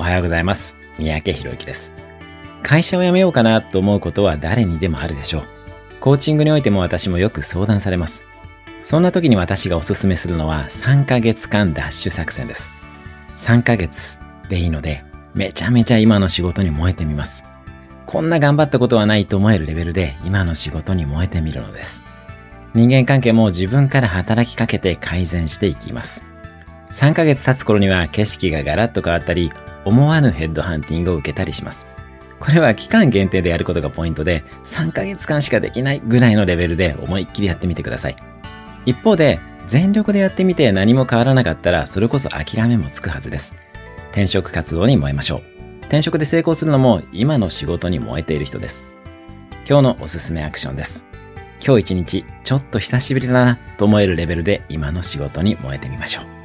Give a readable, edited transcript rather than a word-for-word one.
はようございます。三宅博之です。会社を辞めようかなと思うことは誰にでもあるでしょう。コーチングにおいても私もよく相談されます。そんな時に私がおすすめするのは3ヶ月間ダッシュ作戦です。3ヶ月でいいので、めちゃめちゃ今の仕事に燃えてみます。こんな頑張ったことはないと思えるレベルで今の仕事に燃えてみるのです。人間関係も自分から働きかけて改善していきます。3ヶ月経つ頃には景色がガラッと変わったり、思わぬヘッドハンティングを受けたりします。これは期間限定でやることがポイントで、3ヶ月間しかできないぐらいのレベルで思いっきりやってみてください。一方で、全力でやってみて何も変わらなかったら、それこそ諦めもつくはずです。転職活動に燃えましょう。転職で成功するのも今の仕事に燃えている人です。今日のおすすめアクションです。今日一日ちょっと久しぶりだなと思えるレベルで今の仕事に燃えてみましょう。